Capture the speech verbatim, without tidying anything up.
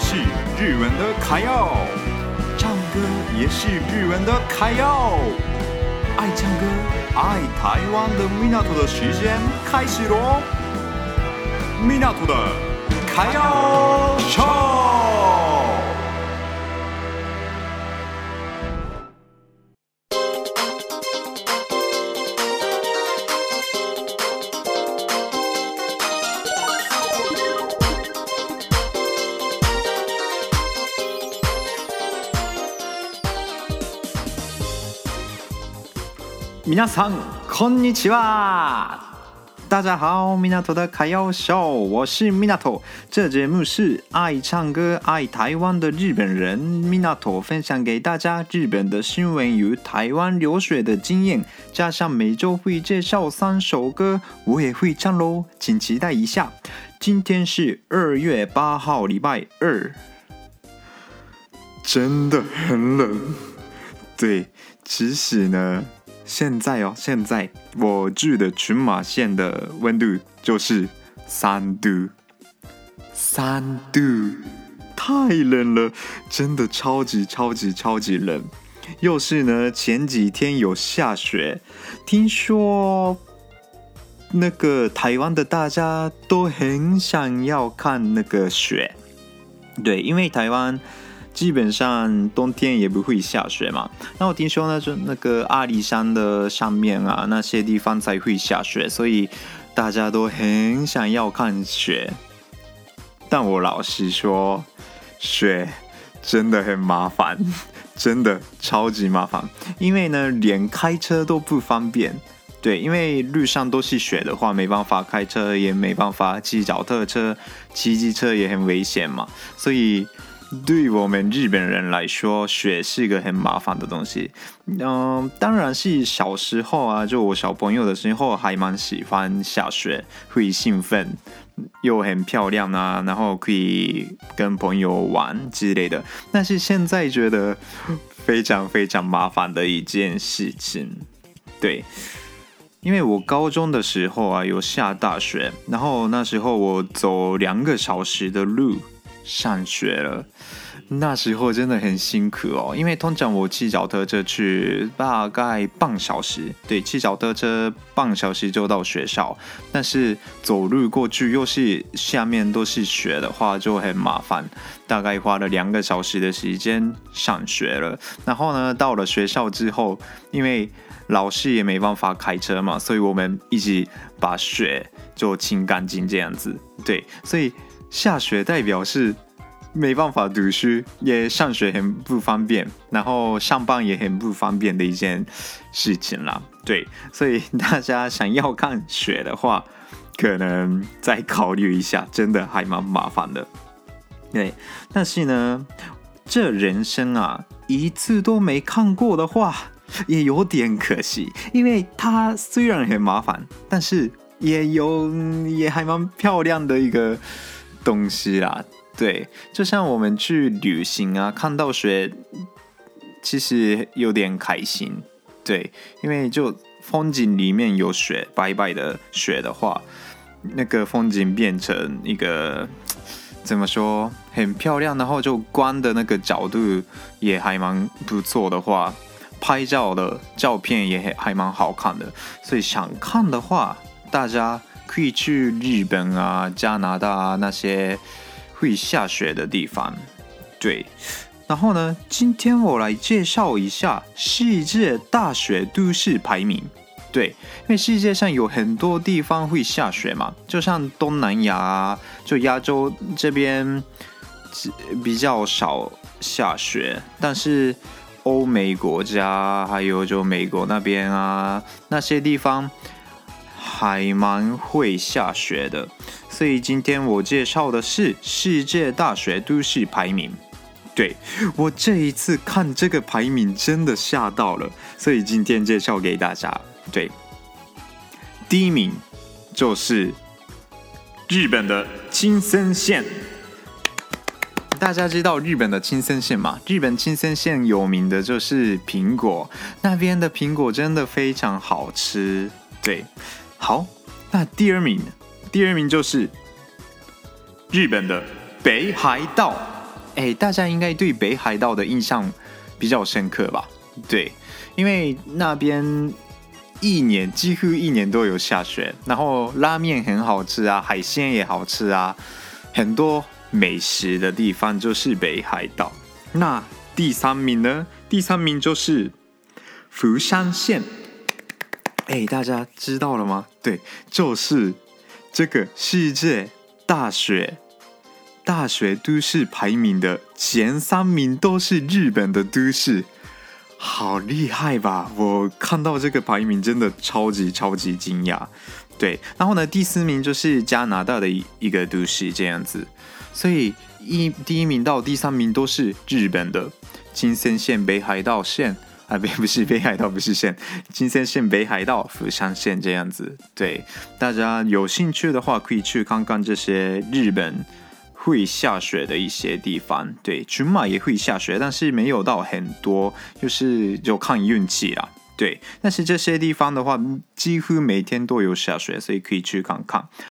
是日文的卡耀，唱歌也是日文的卡耀。爱唱歌、爱台湾的港的时间开始喽！港的卡耀秀。皆さんこんにちは，大家好，港的卡耀秀，我是港。这节目是爱唱歌、爱台湾的日本人港分享给大家日本的新闻与台湾留学的经验，加上每周会介绍三首歌，我也会唱咯，请期待一下。今天是二月八号，礼拜二，真的很冷。对，其实呢。现在哦，现在我住的群马县的温度就是三度，三度，太冷了，真的超级超级超级冷。又是呢，前几天有下雪，听说那个台湾的大家都很想要看那个雪，对，因为台湾。基本上冬天也不会下雪嘛，那我听说呢，就那个阿里山的上面啊，那些地方才会下雪，所以大家都很想要看雪。但我老实说，雪真的很麻烦，真的超级麻烦，因为呢，连开车都不方便。对，因为路上都是雪的话，没办法开车，也没办法骑脚踏车，骑机车也很危险嘛，所以。对我们日本人来说，雪是个很麻烦的东西。嗯，当然是小时候啊，就我小朋友的时候，还蛮喜欢下雪，会兴奋，又很漂亮啊，然后可以跟朋友玩之类的。但是现在觉得非常非常麻烦的一件事情，对。因为我高中的时候啊，有下大雪，然后那时候我走两个小时的路。上学了，那时候真的很辛苦哦。因为通常我骑脚踏车去大概半小时，对，骑脚踏车半小时就到学校。但是走路过去又是下面都是雪的话，就很麻烦。大概花了两个小时的时间上学了。然后呢，到了学校之后，因为老师也没办法开车嘛，所以我们一起把雪就清干净这样子。对，所以。下雪代表是没办法读书，也上学很不方便，然后上班也很不方便的一件事情啦。对，所以大家想要看雪的话，可能再考虑一下，真的还蛮麻烦的。对，但是呢，这人生啊，一次都没看过的话，也有点可惜，因为它虽然很麻烦，但是也有也还蛮漂亮的一个。东西啦，对，就像我们去旅行啊，看到雪，其实有点开心，对，因为就风景里面有雪，白白的雪的话，那个风景变成一个怎么说，很漂亮，然后就光的那个角度也还蛮不错的话，拍照的照片也还蛮好看的，所以想看的话，大家。可以去日本啊、加拿大啊那些会下雪的地方，对。然后呢，今天我来介绍一下世界大雪都市排名。对，因为世界上有很多地方会下雪嘛，就像东南亚啊，就亚洲这边比较少下雪，但是欧美国家还有就美国那边啊那些地方。还蛮会下雪的，所以今天我介绍的是世界大雪都市排名。对，我这一次看这个排名真的吓到了，所以今天介绍给大家。对，第一名就是日本的青森县。大家知道日本的青森县吗？日本青森县有名的就是苹果，那边的苹果真的非常好吃。对。好，那第二名，第二名就是日本的北海道。 哎，大家应该对北海道的印象比较深刻吧？对，因为那边一年几乎一年都有下雪，然后拉面很好吃啊，海鲜也好吃啊，很多美食的地方就是北海道。那第三名呢？第三名就是福山县。哎，大家知道了吗？对，就是这个世界大雪大雪都市排名的前三名都是日本的都市，好厉害吧？我看到这个排名真的超级超级惊讶。对，然后呢，第四名就是加拿大的一个都市这样子，所以一第一名到第三名都是日本的金森县、北海道县。啊，不是北海道，不是县，金森县、北海道、福山县这样子。对，大家有兴趣的话，可以去看看这些日本会下雪的一些地方。对，群马也会下雪，但是没有到很多，就是就看运气啦。对，但是这些地方的话，几乎每天都有下雪，所以可以去看看。